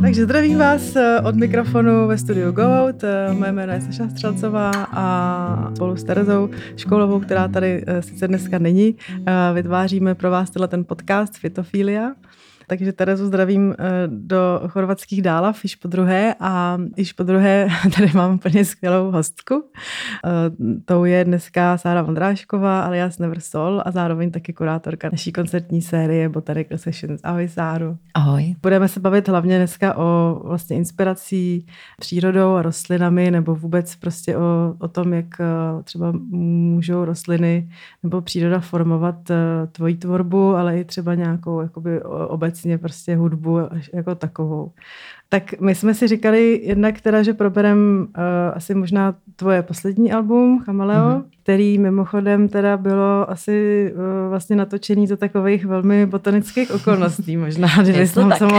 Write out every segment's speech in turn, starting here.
Takže zdravím vás od mikrofonu ve studiu Go Out. Moje jméno je Saša Střelcová a spolu s Terezou Školovou, která tady sice dneska není, vytváříme pro vás ten podcast Fitofilia. Takže Terezu zdravím do chorvatských Dálav již po druhé tady mám úplně skvělou hostku. Tou je dneska Sára Vondrášková alias Never Soul a zároveň taky kurátorka naší koncertní série Botanical Sessions. Ahoj Sáru. Ahoj. Budeme se bavit hlavně dneska o vlastně inspirací přírodou a rostlinami nebo vůbec prostě o tom, jak třeba můžou rostliny nebo příroda formovat tvoji tvorbu, ale i třeba nějakou jakoby obecně prostě hudbu jako takovou. Tak my jsme si říkali jednak teda, že proberem asi možná tvoje poslední album Chamaleo, který mimochodem teda bylo asi vlastně natočený za takových velmi botanických okolností možná, kdybys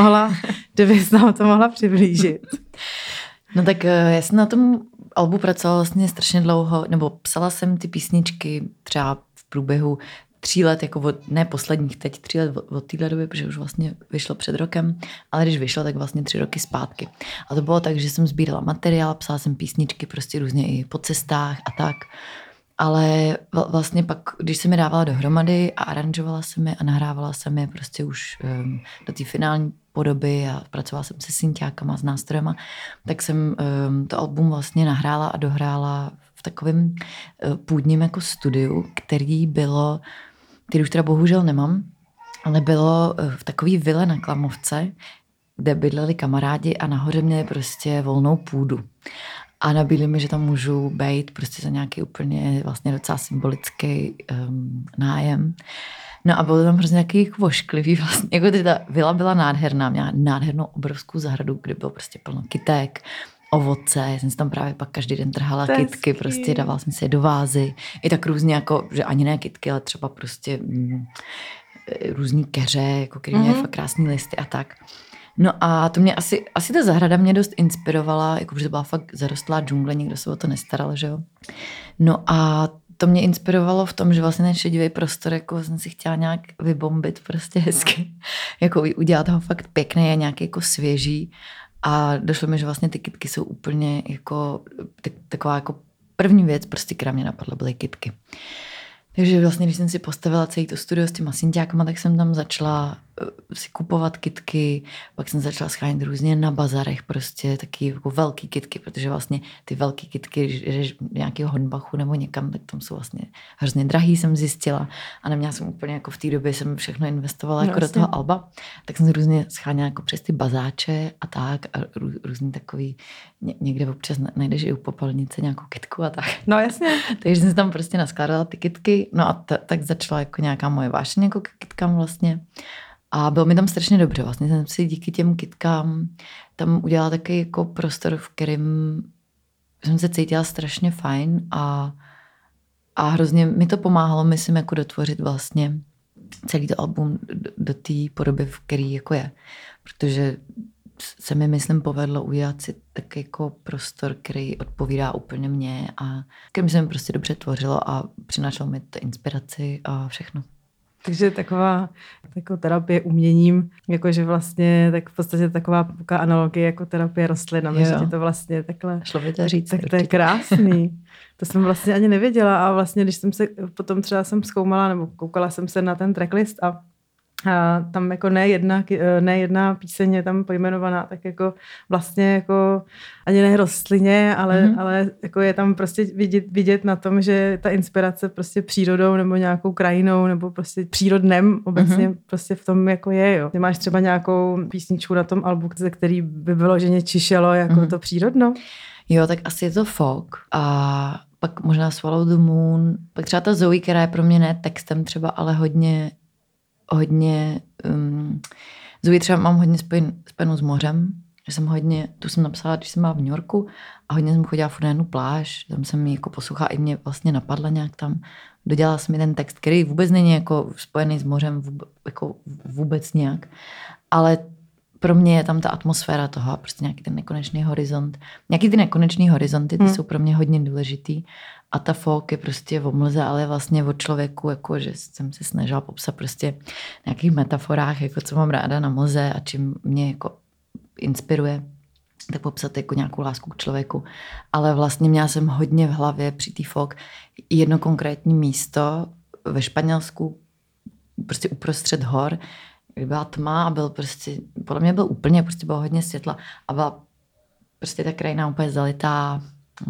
nám to mohla přiblížit. No tak já jsem na tom albu pracovala vlastně strašně dlouho, nebo psala jsem ty písničky třeba v průběhu 3 let, jako ne posledních, teď 3 let od téhle doby, protože už vlastně vyšlo před rokem, ale když vyšlo, tak vlastně 3 roky zpátky. A to bylo tak, že jsem sbírala materiál, psala jsem písničky prostě různě i po cestách a tak. Ale vlastně pak, když jsem je dávala dohromady a aranžovala jsem je a nahrávala jsem je prostě už do té finální podoby a pracovala jsem se synťákama, s nástrojema, tak jsem to album vlastně nahrála a dohrála v takovém půdním jako studiu, který už teda bohužel nemám, ale bylo v takový vile na Klamovce, kde bydleli kamarádi a nahoře měli prostě volnou půdu. A nabídli mi, že tam můžu být prostě za nějaký úplně vlastně docela symbolický nájem. No a bylo tam prostě nějaký vošklivý vlastně. Jako ta vila byla nádherná, měla nádhernou obrovskou zahradu, kde bylo prostě plno kytek, ovoce. Já jsem si tam právě pak každý den trhala kytky, prostě dávala jsem si je do vázy. I tak různě jako, že ani ne kytky, ale třeba prostě různý keře, jako který měly fakt krásný listy a tak. No a to mě asi ta zahrada mě dost inspirovala, jako protože to byla fakt zarostlá džungle, nikdo se o to nestaral, že jo. No a to mě inspirovalo v tom, že vlastně ten šedivý prostor, jako jsem si chtěla nějak vybombit prostě hezky, jako udělat ho fakt pěkný a nějaký jako svěží. A došlo mi, že vlastně ty kytky jsou úplně jako taková jako první věc, prostě která mě napadla, byly kytky. Takže vlastně, když jsem si postavila celý to studio s těma synťákama, tak jsem tam začala si kupovat kytky, pak jsem začala schánět různě na bazarech prostě taky jako velký kytky, protože vlastně ty velký kytky, když nějakého Hornbachu nebo někam, tak tam jsou vlastně hrozně drahý, jsem zjistila a neměla jsem úplně jako v té době jsem všechno investovala jako do toho alba, tak jsem různě scháněla jako přes ty bazáče a tak a různý takový, někde občas najdeš i u popelnice nějakou kytku a tak. No jasně. Takže jsem si tam prostě naskládala ty kytky, no a tak začala jako nějaká moje vášeň jako k kytkám vlastně. A bylo mi tam strašně dobře. Vlastně jsem si díky těm kytkám tam udělala takový jako prostor, v kterém jsem se cítila strašně fajn a hrozně mi to pomáhalo, myslím, jako dotvořit vlastně celý to album do té podoby, v který jako je. Protože se mi, myslím, povedlo udělat si tak jako prostor, který odpovídá úplně mně a kterým se mi prostě dobře tvořilo a přinášelo mi to inspiraci a všechno. Takže taková terapie uměním, jakože vlastně tak v podstatě taková analogie jako terapie rostlinami, že ti to vlastně takhle... Šlo by to říct. Tak to je krásný. To jsem vlastně ani nevěděla a vlastně, když jsem se potom třeba zkoumala nebo koukala jsem se na ten tracklist a tam jako ne jedna píseň je tam pojmenovaná, tak jako vlastně jako ani ne rostlině, ale jako je tam prostě vidět na tom, že ta inspirace prostě přírodou nebo nějakou krajinou nebo prostě přírodnem obecně prostě v tom jako je, jo. Ty máš třeba nějakou písničku na tom albu, ze který by bylo, že čišelo jako to přírodno? Jo, tak asi je to folk a pak možná Swallow the Moon, pak třeba ta Zoe, která je pro mě ne textem třeba, ale hodně Zoe třeba mám hodně spojenou s mořem, že jsem hodně, tu jsem napsala, když jsem byla v New Yorku a hodně jsem chodila furt na jednu pláž, tam jsem ji jako poslouchala, i mě vlastně napadla nějak tam, dodělala jsem mi ten text, který vůbec není jako spojený s mořem, jako vůbec nějak, ale pro mě je tam ta atmosféra toho a prostě nějaký ten nekonečný horizont. Nějaký ty nekonečný horizonty, ty jsou pro mě hodně důležitý. A ta folk je prostě v omlze, ale vlastně od člověku, jako, že jsem se snažila popsat prostě v nějakých metaforách, jako co mám ráda na mlze a čím mě jako inspiruje, tak popsat jako nějakou lásku k člověku. Ale vlastně měla jsem hodně v hlavě při té Fog jedno konkrétní místo ve Španělsku, prostě uprostřed hor, kdy byla tma a byl prostě, podle mě byl úplně, prostě bylo hodně světla a byla prostě ta krajina úplně zalitá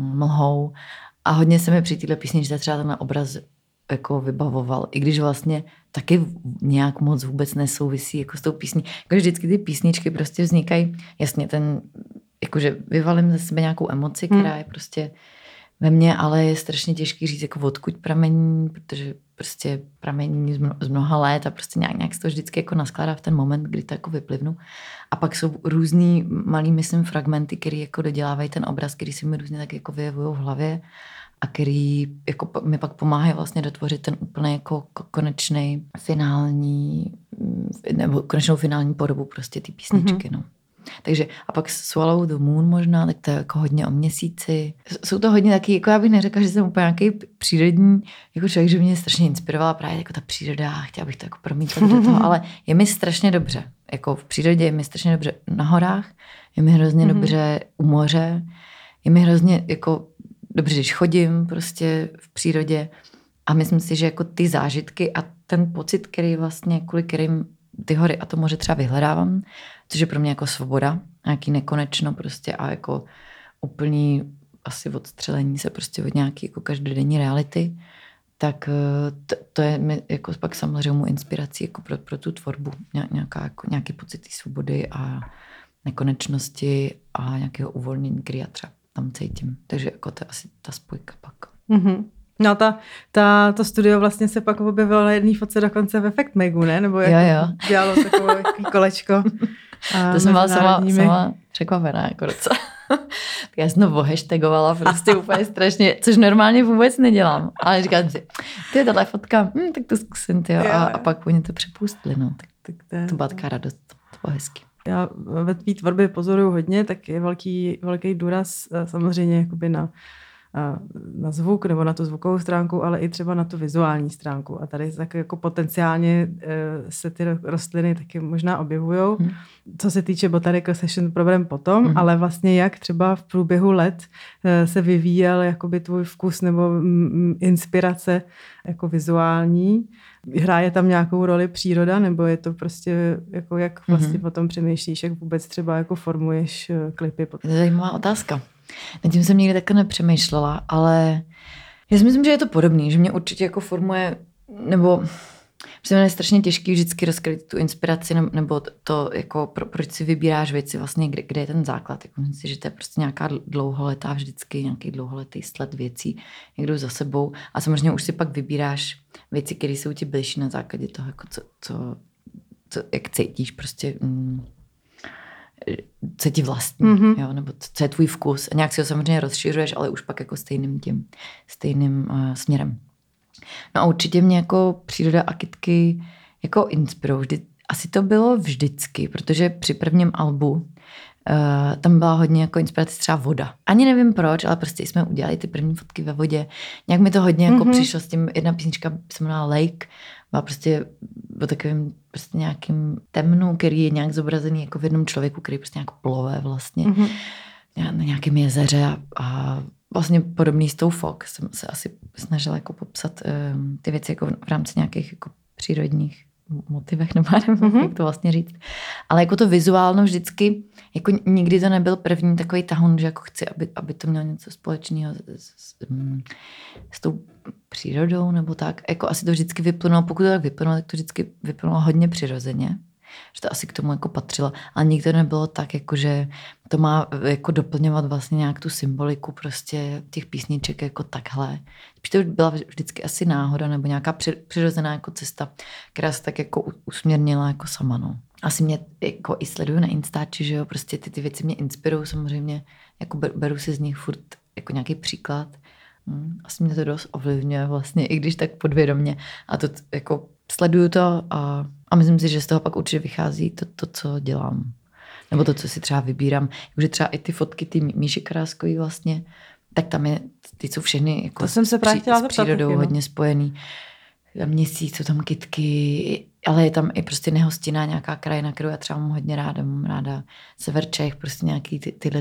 mlhou a hodně se mi při této písničce třeba ten obraz jako vybavoval, i když vlastně taky nějak moc vůbec nesouvisí jako s tou písní. Jako vždycky ty písničky prostě vznikají, jasně ten, jakože vyvalím ze sebe nějakou emoci, která je prostě ve mně, ale je strašně těžký říct, jako odkud pramení, protože prostě pramení z mnoha let a prostě nějak se to vždycky jako naskládá v ten moment, kdy to jako vyplivnu. A pak jsou různý malý, myslím, fragmenty, který jako dodělávají ten obraz, který si mi různě tak jako vyjevují v hlavě a který jako mi pak pomáhají vlastně dotvořit ten úplně jako konečný finální, nebo konečnou finální podobu prostě ty písničky, no. Takže a pak Swallow the Moon možná, tak to je jako hodně o měsíci. Jsou to hodně taky, jako já bych neřekla, že jsem úplně nějaký přírodní jako člověk, že mě strašně inspirovala právě jako ta příroda, chtěla bych to jako promítla do toho, ale je mi strašně dobře. Jako v přírodě je mi strašně dobře na horách, je mi hrozně dobře u moře, je mi hrozně jako dobře, když chodím prostě v přírodě a myslím si, že jako ty zážitky a ten pocit, který vlastně, kvůli kterým ty hory a to moře třeba vyhledávám, což je pro mě jako svoboda, nějaký nekonečno prostě a jako úplný asi odstřelení se prostě od nějaký jako každodenní reality, tak to je mi jako pak samozřejmě inspirací jako pro tu tvorbu. Nějaký pocit té svobody a nekonečnosti a nějakého uvolnění, který já třeba tam cítím. Takže jako to je asi ta spojka pak. Mm-hmm. No to studio vlastně se pak objevilo na jedné fotce dokonce v Effect Magu, ne? Nebo jako dělalo takové kolečko. To jsem byla sama překvapená jako docela. Já jsem to ohashtagovala prostě úplně strašně, což normálně vůbec nedělám. Ale říkám si, ty je tato fotka, tak to zkusím, tyjo. A pak oni to přepustili, no. Tak to byla taková radost, to bylo hezky. Já ve tvý tvorbě pozoruju hodně, tak je velký důraz samozřejmě jakoby na zvuk nebo na tu zvukovou stránku, ale i třeba na tu vizuální stránku. A tady tak jako potenciálně se ty rostliny taky možná objevujou. Co se týče Botanical Session, problém potom, ale vlastně jak třeba v průběhu let se vyvíjel jakoby tvůj vkus nebo inspirace jako vizuální. Hraje tam nějakou roli příroda, nebo je to prostě jako jak vlastně potom přemýšlíš, jak vůbec třeba jako formuješ klipy? To je zajímavá otázka. Nad tím jsem nikdy takhle nepřemýšlela, ale já si myslím, že je to podobný, že mě určitě jako formuje, nebo myslím, je strašně těžký vždycky rozkryt tu inspiraci, nebo to jako proč si vybíráš věci vlastně, kde je ten základ. Jako myslím si, že to je prostě nějaká dlouholetá vždycky, nějaký dlouholetý sled věcí, jak jdou za sebou a samozřejmě už si pak vybíráš věci, které jsou ti blížší na základě toho, jako co jak cítíš prostě co ti vlastní, jo, nebo co je tvůj vkus. A nějak si ho samozřejmě rozšiřuješ, ale už pak jako stejným směrem. No a určitě mě jako příroda a kytky jako inspirují. Asi to bylo vždycky, protože při prvním albu tam byla hodně jako inspirace třeba voda. Ani nevím proč, ale prostě jsme udělali ty první fotky ve vodě. Nějak mi to hodně jako přišlo s tím, jedna písnička se jmenovala Lake, byla prostě o takovým prostě nějakým temnu, který je nějak zobrazený jako v jednom člověku, který prostě nějak plove vlastně na nějakém jezeře a vlastně podobný s tou Fog. Jsem se asi snažila jako popsat ty věci jako v rámci nějakých jako přírodních motivech, nebo nevím, jak to vlastně říct. Ale jako to vizuálno vždycky, jako nikdy to nebyl první takový tahun, že jako chci, aby to mělo něco společného s tou přírodou, nebo tak. Jako asi to vždycky vyplynulo, pokud to tak vyplynulo, tak to vždycky vyplynulo hodně přirozeně. Že to asi k tomu jako patřilo. Ale nikdy to nebylo tak, jako že to má jako doplňovat vlastně nějak tu symboliku prostě těch písniček jako takhle. To byla vždycky asi náhoda nebo nějaká přirozená jako cesta, která se tak jako usměrnila jako sama, no. Asi mě jako i sleduju na Instači, že jo, prostě ty věci mě inspirují samozřejmě, jako beru si z nich furt jako nějaký příklad. Asi mě to dost ovlivňuje vlastně, i když tak podvědomě. A to jako sleduju to a myslím si, že z toho pak určitě vychází to, co dělám. Nebo to, co si třeba vybírám. Takže třeba i ty fotky, ty Míši Kráskový vlastně, tak tam je, ty jsou všechny jako to jsem se právě chtěla s přírodou taky, no. Hodně spojený. Tam měsíc, jsou tam kytky ale je tam i prostě nehostinná nějaká krajina, kterou já třeba mám hodně ráda. Mám ráda sever Čech, prostě nějaký tyhle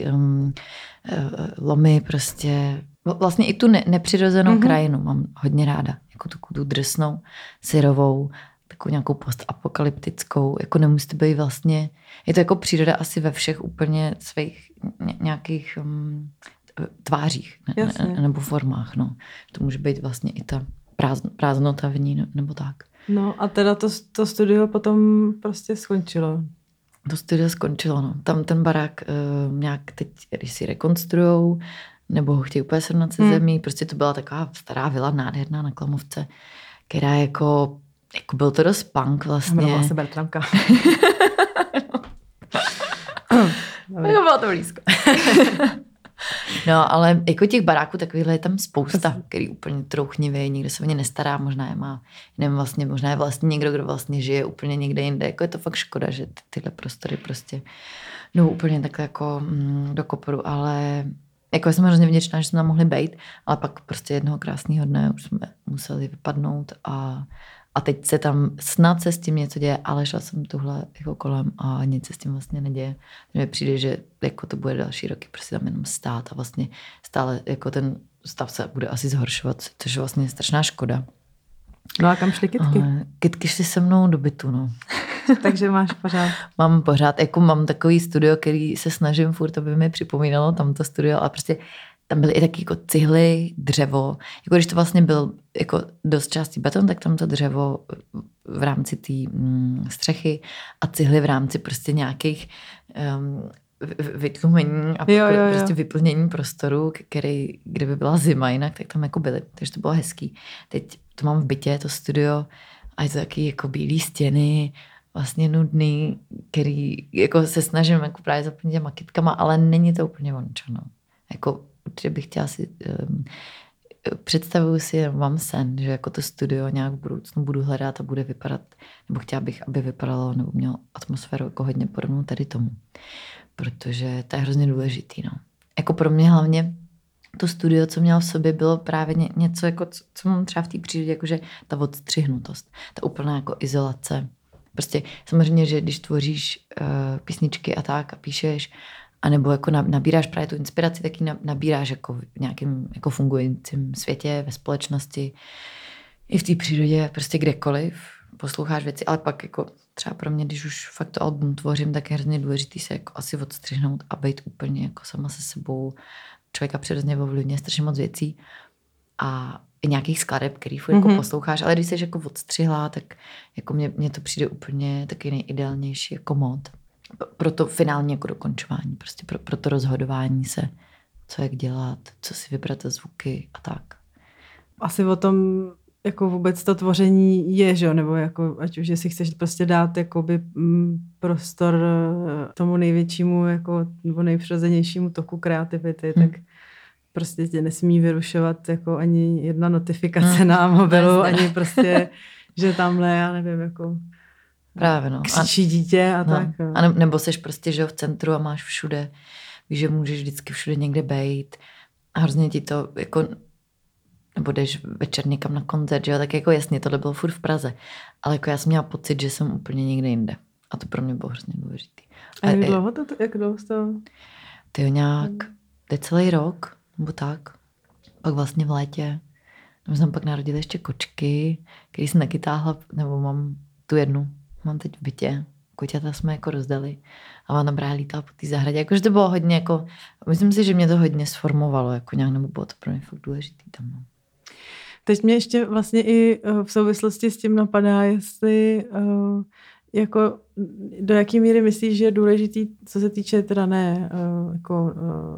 lomy prostě. Vlastně i tu nepřirozenou krajinu mám hodně ráda. Jako tu drsnou, syrovou, takovou nějakou postapokalyptickou. Jako nemusíte být vlastně, je to jako příroda asi ve všech úplně svých nějakých tvářích nebo formách. No. To může být vlastně i ta prázdnota v ní nebo tak. No a teda to studio potom prostě skončilo. To studio skončilo, no. Tam ten barák nějak teď, když si rekonstruujou, nebo ho chtějí úplně srovnat se zemí, prostě to byla taková stará vila nádherná na Klamovce, která jako byl to dost punk vlastně. Jmenovala se Bertramka. Bylo to blízko. No, ale jako těch baráků takovýhle je tam spousta, který úplně trouchnivý, nikdo se o ně nestará, možná je má, nevím, vlastně, možná je vlastně někdo, kdo vlastně žije úplně někde jinde. Jako je to fakt škoda, že tyhle prostory prostě jdou úplně takhle jako do koporu, ale jako jsem hrozně vděčná, že jsme tam mohli být, ale pak prostě jednoho krásného dne už jsme museli vypadnout a teď se tam snad se s tím něco děje, ale šla jsem tuhle jako kolem a nic se s tím vlastně neděje. Mně přijde, že jako to bude další roky prostě tam jenom stát a vlastně stále jako ten stav se bude asi zhoršovat, což je vlastně strašná škoda. No a kam šly kytky? Kytky šly se mnou do bytu, no. Takže máš pořád? Mám pořád, jako mám takový studio, který se snažím furt, aby mi připomínalo tamto studio, ale prostě tam byly i taky jako cihly, dřevo. Jako když to vlastně byl jako dost částí beton, tak tam to dřevo v rámci té střechy a cihly v rámci prostě nějakých vytlumení a prostě vyplnění prostoru, kde by byla zima jinak, tak tam jako byly. Takže to bylo hezký. Teď to mám v bytě, to studio a je to taky jako bílý stěny, vlastně nudný, který jako se snažím jako právě zaplnit těma kytkama, ale není to úplně vončo, no. Jako určitě bych chtěla si, představuju si, mám sen, že jako to studio nějak v budoucnu budu hledat a bude vypadat, nebo chtěla bych, aby vypadalo, nebo mělo atmosféru jako hodně podobnou tady tomu. Protože to je hrozně důležitý, no. Jako pro mě hlavně to studio, co mělo v sobě, bylo právě něco, jako, co mám třeba v té přírodě, jakože ta odstřihnutost, ta úplná jako izolace. Prostě samozřejmě, že když tvoříš písničky a tak a píšeš, anebo jako nabíráš právě tu inspiraci, tak ji nabíráš jako v nějakém jako fungujícím světě, ve společnosti, i v té přírodě, prostě kdekoliv posloucháš věci, ale pak jako třeba pro mě, když už fakt to album tvořím, tak je hrozně důležitý se jako asi odstřihnout a být úplně jako sama se sebou. Člověka přirozeně ovlivňuje strašně moc věcí a i nějakých skladeb, který jako posloucháš, ale když jsi jako odstřihla, tak jako mně to přijde úplně taky nejideálnější jako mod. Pro to finální jako dokončování, prostě pro to rozhodování se, co jak dělat, co si vybrat za zvuky a tak. Asi o tom jako vůbec to tvoření je, že? Nebo jako, ať už si chceš prostě dát jakoby prostor tomu největšímu jako, nebo nejpřirozenějšímu toku kreativity, tak prostě tě nesmí vyrušovat jako ani jedna notifikace na mobilu, ani prostě, že tamhle, já nevím, jako právě, no. křičí dítě a tak. A nebo seš prostě, že v centru a máš všude, víš, že můžeš vždycky všude někde bejt a hrozně ti to jako, nebo jdeš večer někam na koncert, že jo, tak jako jasně, tohle bylo furt v Praze, ale jako já jsem měla pocit, že jsem úplně někde jinde a to pro mě bylo hrozně důležitý. A jak dlouho to, jak dlouho to? To je nějak, teď celý rok, nebo tak, pak vlastně v létě, nebo jsem pak narodila ještě kočky, který jsem taky táhla, nebo mám tu jednu, mám teď v bytě, koťata jsme jako rozdali a ona tam právě lítala po té zahradě. Jakože to bylo hodně jako, myslím si, že mě to hodně sformovalo, jako nějak, nebo bylo to pro mě fakt důležitý tam. No. Teď mě ještě vlastně i v souvislosti s tím napadá, jestli jako do jaký míry myslíš, že je důležitý, co se týče teda ne jako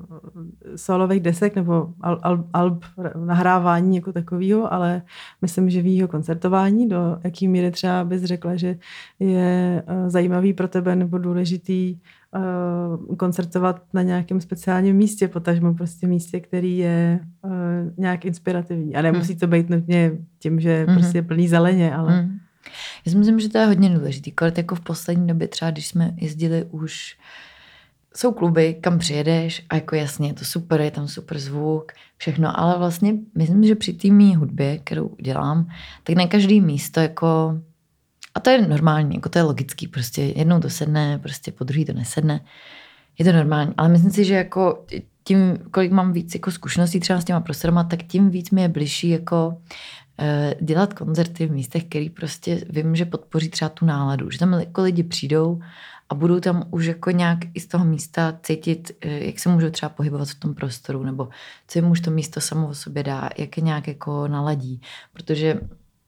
solových desek nebo alb nahrávání jako takového, ale myslím, že živýho koncertování, do jaký míry třeba bys řekla, že je zajímavý pro tebe nebo důležitý koncertovat na nějakém speciálním místě, potažmo prostě místě, který je nějak inspirativní. A nemusí to být nutně tím, že prostě je plný zeleně, ale... Já si myslím, že to je hodně důležitý. Kolik jako v poslední době třeba, když jsme jezdili už, jsou kluby, kam přijedeš a jako jasně, je to super, je tam super zvuk, všechno, ale vlastně myslím, že při té mý hudbě, kterou dělám, tak na každý místo jako, A to je normální, jako to je logický, prostě jednou to sedne, prostě po druhý to nesedne. Je to normální, ale myslím si, že jako tím, kolik mám víc jako zkušeností třeba s těma prostorama, tak tím víc mi je bližší jako dělat koncerty v místech, který prostě vím, že podpoří třeba tu náladu, že tam jako lidi přijdou a budou tam už jako nějak i z toho místa cítit, jak se můžou třeba pohybovat v tom prostoru, nebo co jim už to místo samo o sobě dá, jak je nějak jako naladí, protože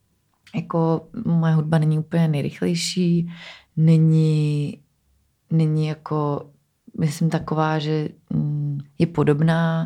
jako moje hudba není úplně nejrychlejší, není jako, myslím, taková, že je podobná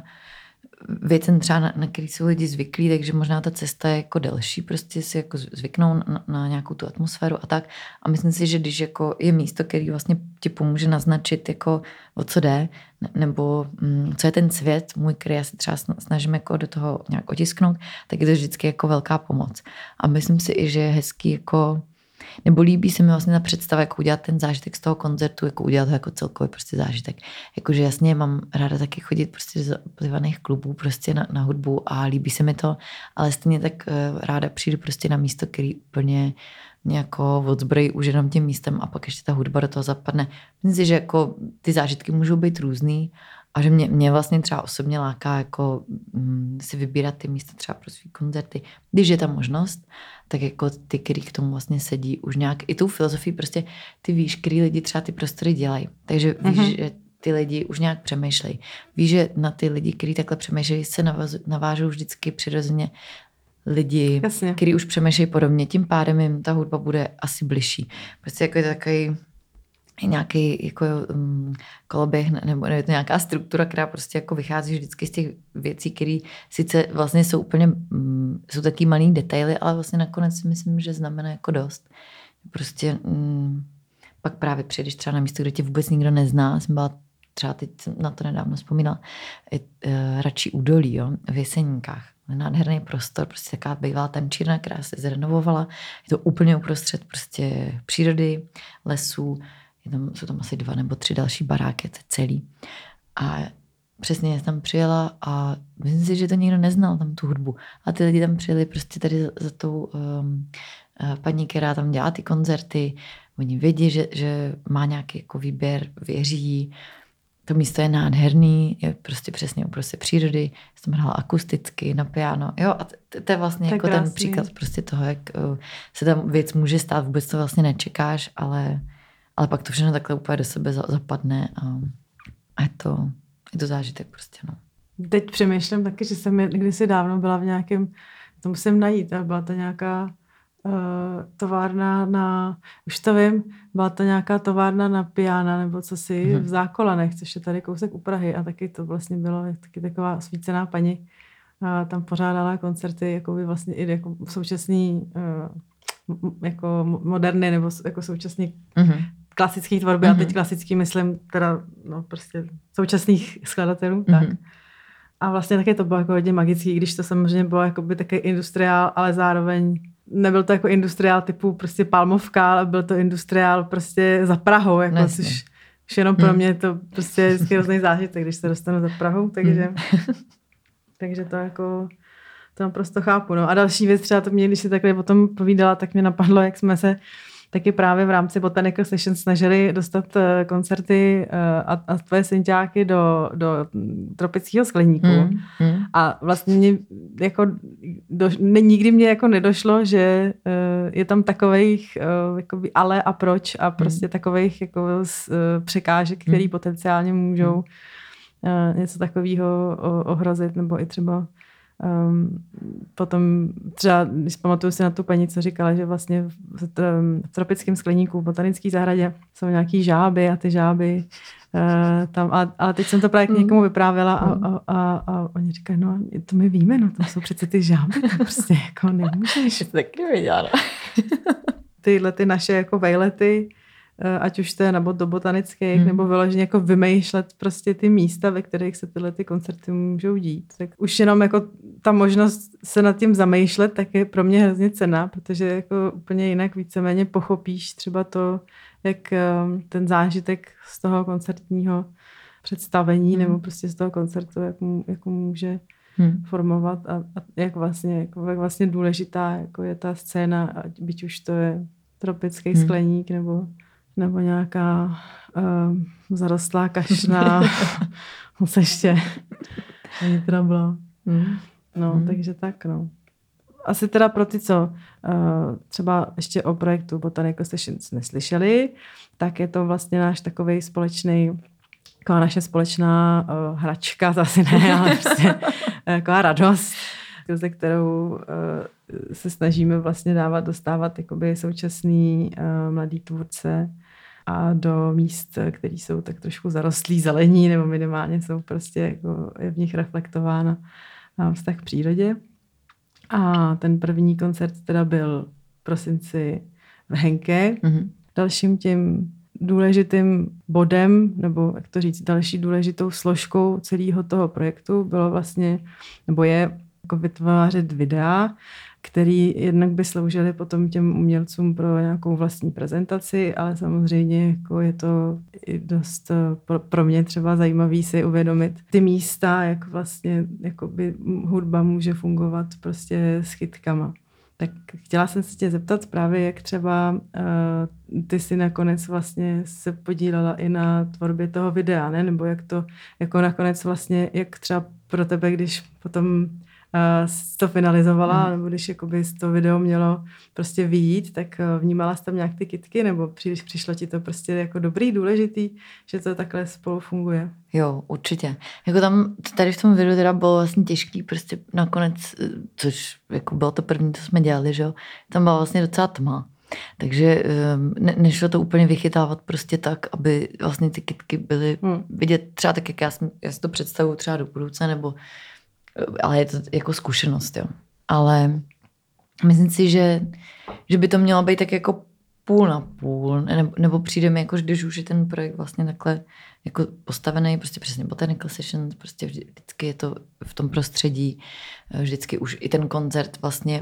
věcem třeba, na který jsou lidi zvyklí, takže možná ta cesta je jako delší, prostě si jako zvyknou na nějakou tu atmosféru a tak. A myslím si, že když jako je místo, který vlastně ti pomůže naznačit, jako o co jde, nebo co je ten svět můj, který já si třeba snažím jako do toho nějak otisknout, tak je to vždycky jako velká pomoc. A myslím si i, že je hezký jako nebo líbí se mi vlastně ta představa, jako udělat ten zážitek z toho koncertu, jako udělat ho jako celkový prostě zážitek. Jakože jasně mám ráda taky chodit prostě z plivaných klubů prostě na hudbu a líbí se mi to, ale stejně tak ráda přijdu prostě na místo, který úplně nějako odzbrojí už jenom tím místem a pak ještě ta hudba do toho zapadne. Myslím si, že jako ty zážitky můžou být různý a že mě vlastně třeba osobně láká jako si vybírat ty místa třeba pro svý koncerty. Když je ta možnost, tak jako ty, který k tomu vlastně sedí už nějak i tou filozofii, prostě ty víš, který lidi třeba ty prostory dělají. Takže víš, že ty lidi už nějak přemýšlejí. Víš, že na ty lidi, kteří takhle přemýšlejí, se navážou vždycky přirozeně lidi, kteří už přemýšlejí podobně. Tím pádem jim ta hudba bude asi bližší. Prostě jako je to takový nějaký jako koloběh, nebo je to nějaká struktura, která prostě jako vychází vždycky z těch věcí, které sice vlastně jsou úplně, jsou taky malý detaily, ale vlastně nakonec si myslím, že znamená jako dost. Prostě pak právě přijdeš třeba na místo, kde tě vůbec nikdo nezná, jsem byla třeba teď na to nedávno vzpomínala, Račí údolí, jo, v Jeseníkách. Nádherný prostor, prostě taková bývalá tančírna, která se zrenovovala. Je to úplně uprostřed prostě přírody, lesů. Jsou tam asi 2 nebo 3 další baráky, to je celý. A přesně jsem tam přijela a myslím si, že to nikdo neznal, tam tu hudbu. A ty lidi tam přijeli prostě tady za tou paní, která tam dělá ty koncerty. Oni vědí, že má nějaký jako výběr, věří. To místo je nádherný, je prostě přesně uprostřed přírody. Jsem hrála akusticky na piano. Jo, a to je vlastně jako ten příklad prostě toho, jak se tam věc může stát. Vůbec to vlastně nečekáš, ale pak to všechno takhle úplně do sebe zapadne a je to zážitek prostě, no. Teď přemýšlím taky, že jsem kdysi dávno byla v nějakém, to musím najít, a byla to nějaká továrna už to vím, byla to nějaká továrna na piana nebo co si v Zákolanech, což je tady kousek u Prahy a taky to vlastně bylo taky taková osvícená paní. A tam pořádala koncerty jako by vlastně i jako současný jako moderny nebo jako současný klasický tvorby a teď klasický myslím teda no prostě současných skladatelů, tak. A vlastně taky to bylo jako hodně magický, když to samozřejmě bylo jako by taky industriál, ale zároveň nebyl to jako industriál typu prostě Palmovka, ale byl to industriál prostě za Prahou, jako což jenom pro mě to prostě je vždycky hrozný zážitek, když se dostanu za Prahou, takže to jako to naprosto chápu. No. A další věc, třeba to mě, když si takhle o tom povídala, tak mě napadlo, jak jsme se taky právě v rámci Botanical Sessions snažili dostat koncerty a tvoje synťáky do Tropického skleníku. A vlastně mě jako nikdy mě jako nedošlo, že je tam takových jakoby ale a proč a prostě takových jako překážek, který potenciálně můžou něco takového ohrozit, nebo i třeba potom třeba, když pamatuju si na tu paní, co říkala, že vlastně v tropickém skleníku, v botanické zahradě jsou nějaký žáby a ty žáby tam, ale teď jsem to právě k někomu vyprávěla a oni říkají, no to my víme, no to jsou přece ty žáby, to prostě jako nemůžeš. To taky nevěděla. Tyhle ty naše jako vejlety, ať už to je nebo do botanických, nebo vyloženě jako vymýšlet prostě ty místa, ve kterých se tyhle ty koncerty můžou dít. Tak už jenom jako ta možnost se nad tím zamýšlet, tak je pro mě hrozně cenná, protože jako úplně jinak víceméně pochopíš třeba to, jak ten zážitek z toho koncertního představení nebo prostě z toho koncertu, jak může formovat a jak vlastně důležitá jako je ta scéna, byť už to je tropický skleník nebo nějaká zarostlá kašna. Moc ještě ani teda byla. No, takže tak, no. Asi teda pro ty, co třeba ještě o projektu Botanical Sessions neslyšeli, tak je to vlastně náš takovej společný, taková naše společná hračka, zase ne, ale prostě taková radost, ze kterou se snažíme vlastně dostávat jakoby současný mladý tvůrce a do míst, které jsou tak trošku zarostlí zelení, nebo minimálně jsou prostě jako je v nich reflektována vztah k přírodě. A ten první koncert teda byl v prosinci v Henke. Dalším tím důležitým bodem, nebo jak to říct, další důležitou složkou celého toho projektu bylo vlastně, nebo je jako vytvářet videa, který jednak by sloužily potom těm umělcům pro nějakou vlastní prezentaci, ale samozřejmě jako je to i dost pro mě třeba zajímavý si uvědomit ty místa, jak vlastně jakoby hudba může fungovat prostě s chytkama. Tak chtěla jsem se tě zeptat právě, jak třeba ty si nakonec vlastně se podílela i na tvorbě toho videa, ne? Nebo jak to jako nakonec vlastně, jak třeba pro tebe, když potom to finalizovala, nebo když jakoby to video mělo prostě vyjít, tak vnímala jsi tam nějak ty kytky, nebo příliš přišlo ti to prostě jako dobrý, důležitý, že to takhle spolu funguje? Jo, určitě. Jako tam, tady v tom videu teda bylo vlastně těžký prostě nakonec, což jako bylo to první, co jsme dělali, že jo, tam byla vlastně docela tma. Takže nešlo to úplně vychytávat prostě tak, aby vlastně ty kytky byly vidět třeba tak, jak já si to představuju třeba do budoucna, nebo ale je to jako zkušenost, jo. Ale myslím si, že by to mělo být tak jako půl na půl, nebo přijde mi jako, když už je ten projekt vlastně takhle jako postavený, prostě přesně Botanical Sessions, prostě vždycky je to v tom prostředí, vždycky už i ten koncert vlastně,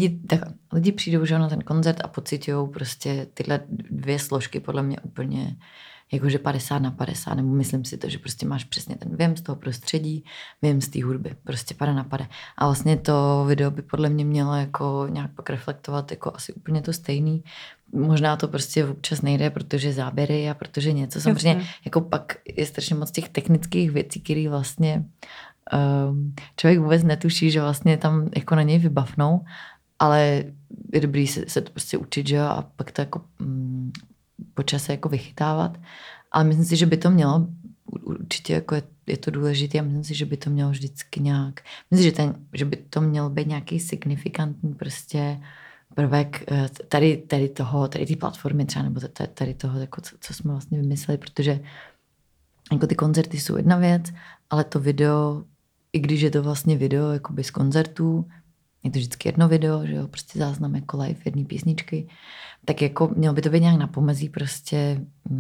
lidi přijdou že na ten koncert a pociťujou prostě tyhle dvě složky podle mě úplně jakože 50/50, nebo myslím si to, že prostě máš přesně ten věm z toho prostředí, věm z té hudby, prostě pada na pade. A vlastně to video by podle mě mělo jako nějak pak reflektovat jako asi úplně to stejný. Možná to prostě občas nejde, protože záběry a protože něco. Samozřejmě jako pak je strašně moc těch technických věcí, které vlastně člověk vůbec netuší, že vlastně tam jako na něj vybavnou, ale je dobrý se to prostě učit, že jo, a pak to jako po čase jako vychytávat. Ale myslím si, že by to mělo, určitě jako je to důležité a myslím si, že by to mělo vždycky nějak, myslím si, že by to měl být nějaký signifikantní prostě prvek tady té platformy třeba, nebo tady toho, jako co jsme vlastně vymysleli, protože jako ty koncerty jsou jedna věc, ale to video, i když je to vlastně video jakoby z koncertů, je to vždycky jedno video, že jo, prostě záznam jako live jedné písničky, tak jako mělo by to být nějak na pomezí prostě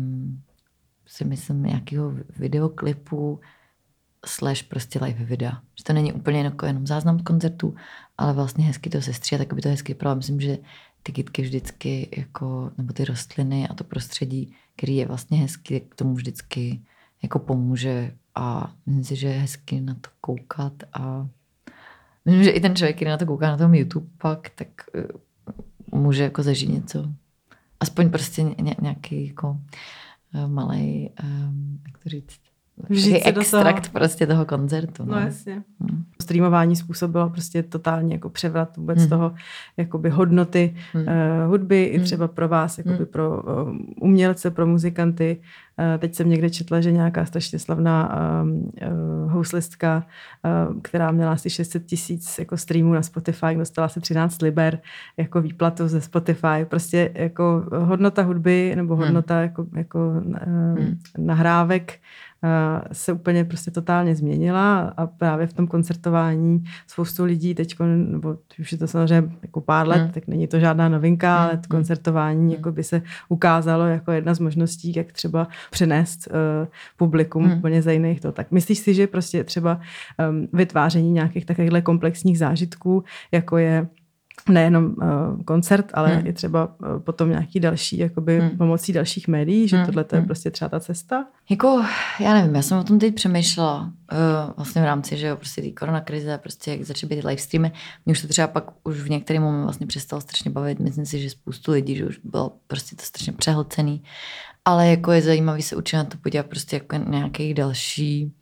si myslím nějakého videoklipu / prostě live videa. Že to není úplně jako jenom záznam koncertu, ale vlastně hezky to sestří a tak by to hezky vypadalo. Myslím, že ty kytky vždycky jako, nebo ty rostliny a to prostředí, který je vlastně hezky, k tomu vždycky jako pomůže a myslím si, že je hezky na to koukat a myslím, že i ten člověk, který na to kouká na tom YouTube pak, tak může jako zažít něco. Aspoň prostě nějaký jako malej, jak to říct, extrakt prostě toho koncertu. No jasně. Streamování způsobilo prostě totálně jako převrat vůbec toho jakoby hodnoty hudby i třeba pro vás, jakoby pro umělce, pro muzikanty. Teď jsem někde četla, že nějaká strašně slavná houslistka, která měla asi 600 000 jako streamů na Spotify, dostala asi 13 liber jako výplatu ze Spotify. Prostě jako hodnota hudby nebo hodnota jako nahrávek se úplně prostě totálně změnila a právě v tom koncertování spoustu lidí teď, nebo už je to samozřejmě jako pár let, tak není to žádná novinka, ale to koncertování jako by se ukázalo jako jedna z možností, jak třeba přenést publikum úplně za jiných to. Tak myslíš si, že prostě třeba vytváření nějakých takovýchhle komplexních zážitků, jako je nejenom koncert, ale i třeba potom nějaký další, jakoby pomocí dalších médií, že tohle je prostě třeba ta cesta? Jako, já nevím, já jsem o tom teď přemýšlela vlastně v rámci, že jo, prostě ty koronakrize, prostě jak začaly být live streamy. Mě už to třeba pak už v některý moment vlastně přestalo strašně bavit. Myslím si, že spoustu lidí, že už bylo prostě to strašně přehlcený. Ale jako je zajímavý se určitě na to podívat prostě jako nějaký další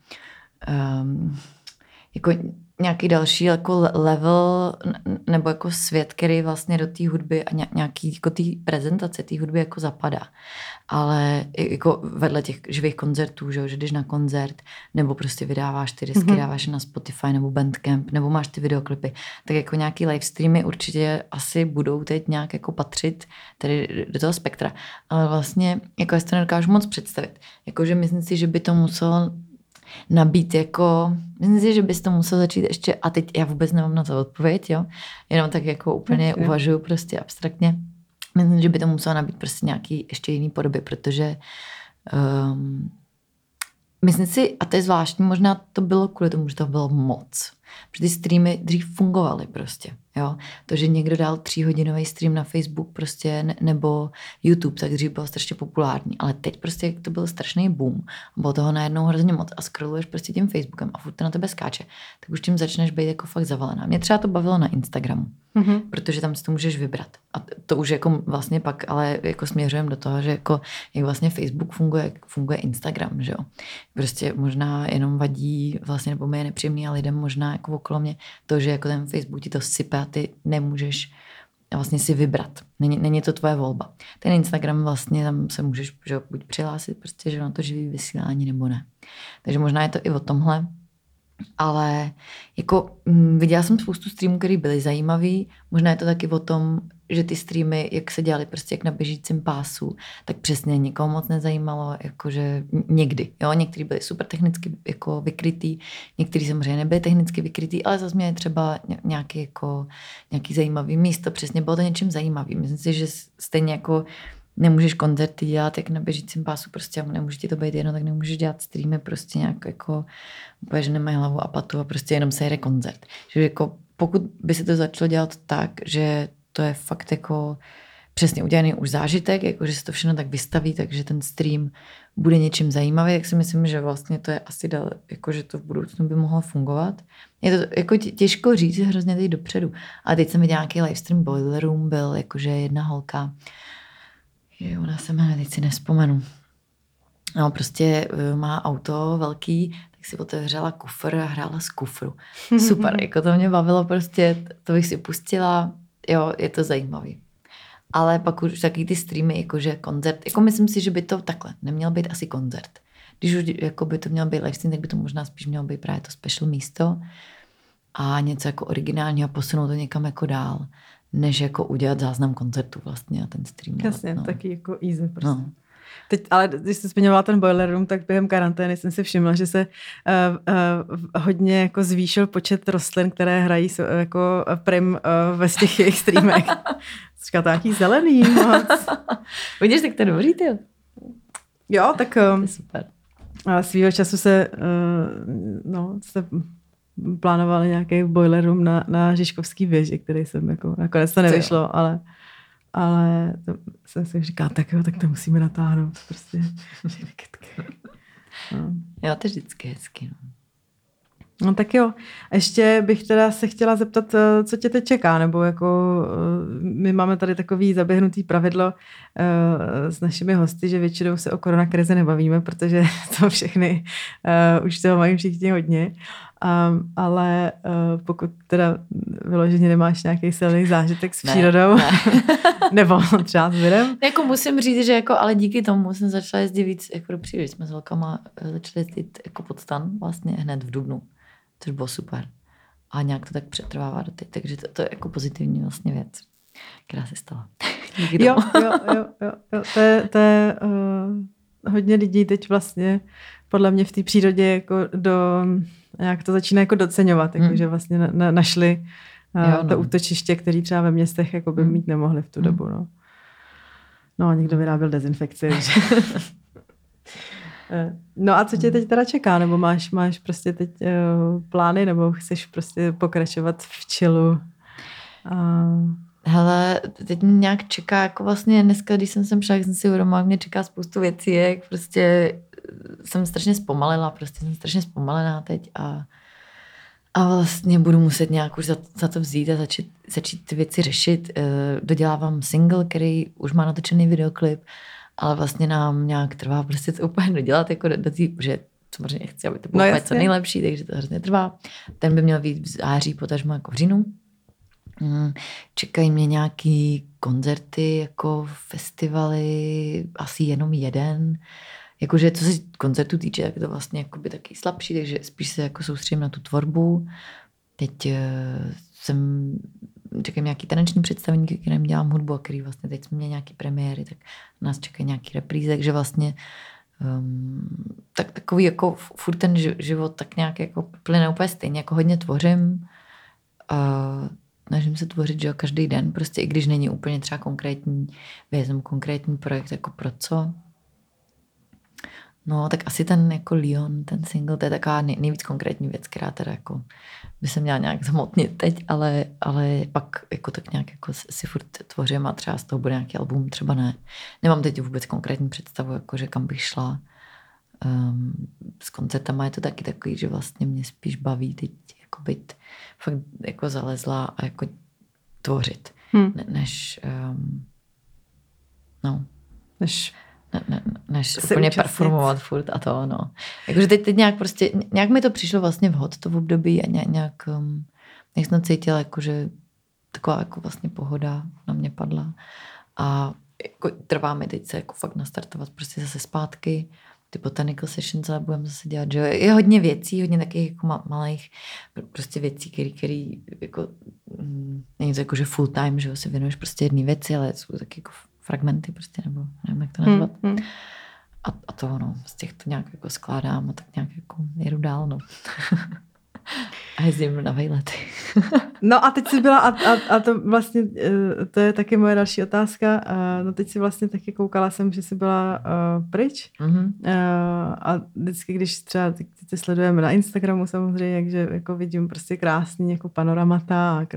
nějaký další jako level nebo jako svět, který vlastně do té hudby a nějaký jako té prezentace té hudby jako zapadá. Ale jako vedle těch živých koncertů, že jdeš na koncert nebo prostě vydáváš ty disky, dáváš na Spotify nebo Bandcamp nebo máš ty videoklipy, tak jako nějaký live streamy určitě asi budou teď nějak jako patřit tady do toho spektra. Ale vlastně jako já si to nedokážu moc představit. Jakože myslím si, že by to muselo nabít jako, myslím si, že bys to musel začít ještě, a teď já vůbec nemám na to odpověď, jo, jenom tak jako úplně uvažuju prostě abstraktně. Myslím, že by to muselo nabít prostě nějaký ještě jiný podoby, protože myslím si, a to je zvláštní, možná to bylo kvůli tomu, že to bylo moc. Protože ty streamy dřív fungovaly prostě, jo. To, že někdo dal 3hodinový stream na Facebook prostě, nebo YouTube, tak dřív bylo strašně populární. Ale teď prostě to byl strašný boom. Bylo toho najednou hrozně moc a scrolluješ prostě tím Facebookem a furt to na tebe skáče. Tak už tím začneš být jako fakt zavalená. Mě třeba to bavilo na Instagramu, protože tam si to můžeš vybrat. A to už jako vlastně pak, ale jako směřujeme do toho, že jako jak vlastně Facebook funguje Instagram, že jo. Prostě možná jenom vadí vlastně, nebo mi je nepříjemný a lidem možná jako okolo mě to, že jako ten Facebook ti to sype a ty nemůžeš vlastně si vybrat. Není to tvoje volba. Ten Instagram vlastně tam se můžeš, že buď přihlásit prostě, že na to živý vysílání nebo ne. Takže možná je to i o tomhle. Ale jako viděla jsem spoustu streamů, které byly zajímavý. Možná je to taky o tom, že ty streamy, jak se dělaly prostě jak na běžícím pásu, tak přesně nikoho moc nezajímalo, jakože někdy. Jo? Některý byli super technicky jako vykrytý, některý samozřejmě nebyli technicky vykrytý, ale zase měli třeba nějaký zajímavý místo. Přesně bylo to něčím zajímavý. Myslím si, že stejně jako nemůžeš koncerty dělat jak na běžícím pásu, prostě nemůže ti to být jedno, tak nemůžeš dělat streamy prostě nějak jako úplně, že nemají hlavu a patu a prostě jenom se jede koncert. Že jako pokud by se to začalo dělat tak, že to je fakt jako přesně udělaný už zážitek, jako že se to všechno tak vystaví, takže ten stream bude něčím zajímavý, tak si myslím, že vlastně to je asi jako že to v budoucnu by mohlo fungovat. Je to jako těžko říct hrozně teď dopředu. A teď jsem viděla nějaký livestream Boiler Room, byl jakože jedna holka, ona se jmenuje, teď si nevzpomenu. No, prostě má auto velký, tak si otevřela kufr a hrála z kufru. Super, jako to mě bavilo prostě, to bych si pustila, jo, je to zajímavý. Ale pak už taky ty streamy, jakože koncert, jako myslím si, že by to takhle, neměl být asi koncert. Když už jako by to měl být live stream, tak by to možná spíš mělo být právě to special místo a něco jako originálního a posunout to někam jako dál, než jako udělat záznam koncertu vlastně a ten stream. Jasně, taky jako easy prostě. No. Teď, ale když jsi zmiňovala ten Boiler Room, tak během karantény jsem si všimla, že se hodně jako zvýšil počet rostlin, které hrají jako prim ve těch jejich streamech. Říká to nějaký zelený moc. Vidíš, tak to dobrý, ty. Jo, tak super. Svýho času se plánovali nějaký Boiler Room na Žižkovský věži, který jsem jako, nakonec to nevyšlo, ale to jsem si říkala, tak jo, tak to musíme natáhnout. Prostě. No. Jo, to je vždycky hezky. No tak jo. Ještě bych teda se chtěla zeptat, co tě teď čeká, nebo jako my máme tady takový zaběhnutý pravidlo s našimi hosty, že většinou se o koronakrize nebavíme, protože to všechny už toho mají všichni hodně. Ale pokud teda vyloženě nemáš nějaký silný zážitek s přírodou, ne. Nebo třeba s virem. Jako musím říct, že jako, ale díky tomu jsem začala jezdit víc jako do přírody. Jsme s holkama začali jezdit jako pod stan vlastně hned v dubnu, což bylo super. A nějak to tak přetrvává do teď, takže to je jako pozitivní vlastně věc, která se stala. Jo. To je hodně lidí teď vlastně podle mě v té přírodě jako nějak to začíná jako doceňovat, jako že vlastně našli to útočiště, které třeba ve městech jako by mít nemohli v tu dobu. No, někdo vyráběl dezinfekci. No a co tě teď teda čeká? Nebo máš prostě teď plány, nebo chceš prostě pokračovat v chillu? Hele, teď mě nějak čeká, jako vlastně dneska, když jsem sem šla, jak jsem si uvědomila, mě čeká spoustu věcí, jak prostě jsem strašně zpomalila, jsem strašně zpomalená teď a vlastně budu muset nějak už za to vzít a začít ty věci řešit. Dodělávám single, který už má natočený videoklip, ale vlastně nám nějak trvá prostě to úplně dodělat, jako že samozřejmě chci, aby to bylo úplně co nejlepší, takže to hrozně trvá. Ten by měl být v září, potažmo jako v říjnu. Čekají mě nějaký koncerty, jako festivaly, asi jenom jeden. Jakože co se koncertu týče, tak je to vlastně jakoby taky slabší, takže spíš se jako soustředím na tu tvorbu. Teď čekám nějaký taneční představení, kterým dělám hudbu a který vlastně teď jsme měli nějaký premiéry, tak nás čekají nějaký reprízy, takže vlastně tak takový jako furt ten život tak nějak jako plyne úplně stejně, jako hodně tvořím. Snažím se tvořit, že každý den, prostě i když není úplně třeba konkrétní věc, konkrétní projekt, jako pro co. No, tak asi ten jako Lyon, ten single, to je taková nejvíc konkrétní věc, která teda jako by se měla nějak zhmotnit teď, ale pak jako tak nějak jako si furt tvořím a třeba z toho bude nějaký album, třeba ne. Nemám teď vůbec konkrétní představu, jako že kam bych šla. S koncertama je to taky takový, že vlastně mě spíš baví teď jako být fakt jako zalezlá a jako tvořit, než úplně performovat furt a to, no. Jakože teď nějak prostě, nějak mi to přišlo vlastně vhod to v období a nějak jsem cítila, jakože taková jako vlastně pohoda na mě padla a jako trvá mi teď se jako fakt nastartovat prostě zase zpátky. Ty botanical sessions, ale budeme zase dělat, že je hodně věcí, hodně takových jako malých prostě věcí, které jako není to jako, že full time, že se věnuješ prostě jedné věci, ale jsou taky jako fragmenty prostě, nebo nevím, jak to nazvat. A to, no, z těch to nějak jako skládám a tak nějak jako jedu dál, no. A jezdím na vejlety. No a teď jsi byla, a to vlastně, to je taky moje další otázka, no teď si vlastně taky koukala jsem, že jsi byla pryč a vždycky, když třeba ty sledujeme na Instagramu samozřejmě, takže jako vidím prostě krásný jako panoramata a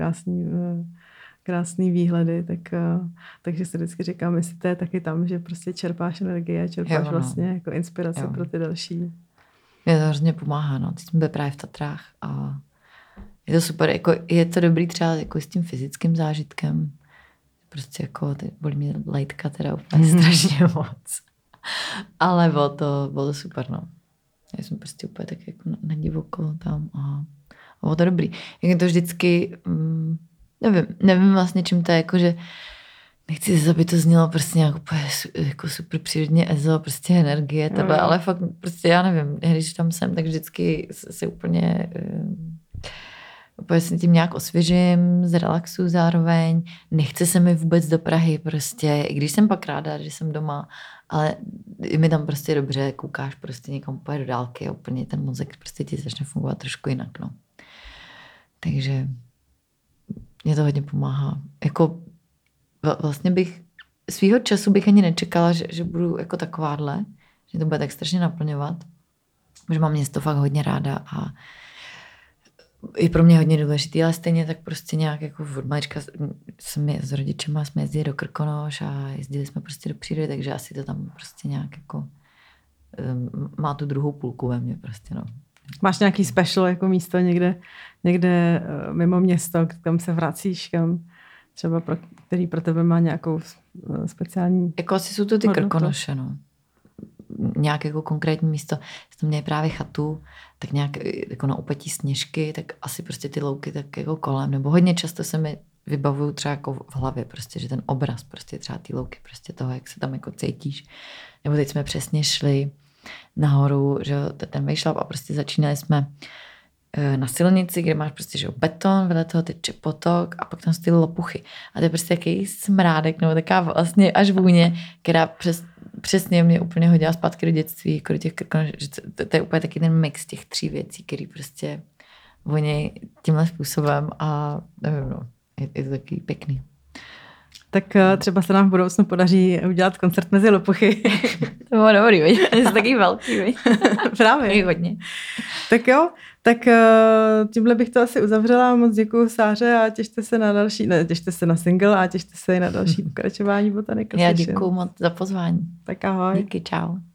krásný výhledy, takže si vždycky říkám, jestli to je taky tam, že prostě čerpáš energii a čerpáš vlastně jako inspirace pro ty další. Mě to hrozně pomáhá, no. Teď jsme byli právě v Tatrách a je to super, jako je to dobrý třeba jako s tím fyzickým zážitkem. Prostě jako, bolí mě lejtka teda úplně strašně moc. Ale bylo to super, no. Já jsem prostě úplně tak jako na divoko tam a bylo to dobrý. Jak je to vždycky, nevím vlastně, čím to je, jako, že nechci, aby to znělo prostě nějak úplně jako super přírodně ezo, prostě energie, tebe, ale fakt prostě já nevím, když tam jsem, tak vždycky se úplně se tím nějak osvěžím, zrelaxuju zároveň, nechce se mi vůbec do Prahy prostě, i když jsem pak ráda, že jsem doma, ale i mi tam prostě dobře, koukáš prostě někam úplně do dálky a úplně ten mozek prostě ti začne fungovat trošku jinak, no. Takže mě to hodně pomáhá. Jako vlastně svýho času bych ani nečekala, že budu jako takováhle, že to bude tak strašně naplňovat, protože mám město fakt hodně ráda a je pro mě hodně důležitý, ale stejně tak prostě nějak jako od malička s rodičema jsme jezdili do Krkonoš a jezdili jsme prostě do přírody, takže asi to tam prostě nějak jako má tu druhou půlku ve mně prostě, no. Máš nějaký special jako místo někde mimo město, kam se vracíš, kam třeba který pro tebe má nějakou speciální jako asi jsou to ty Krkonoše, no. Nějak jako konkrétní místo, jsme měli právě chatu, tak nějak jako na Úpatí Sněžky, tak asi prostě ty louky tak jako kolem, nebo hodně často se mi vybavují třeba jako v hlavě prostě, že ten obraz prostě třeba ty louky, prostě toho, jak se tam jako cítíš. Nebo teď jsme přesně šli nahoru, že ten vejšlap a prostě začínali jsme na silnici, kde máš prostě že beton, vedle toho teče potok a pak tam jsou ty lopuchy. A to je prostě takový smrádek, nebo taková vlastně až vůně, která přesně mě úplně hodila zpátky do dětství, jako do těch Krkonoš, že to je úplně taky ten mix těch 3 věcí, který prostě vonějí tímhle způsobem a nevím, no, je to takový pěkný. Tak třeba se nám v budoucnu podaří udělat koncert mezi lopochy. To bylo dobrý, je taky velký. Právě. Hodně. Tak jo, tak tímhle bych to asi uzavřela. Moc děkuju Sáře a těšte se na single a těšte se i na další pokračování Botanika. Já děkuju moc za pozvání. Tak ahoj. Díky, čau.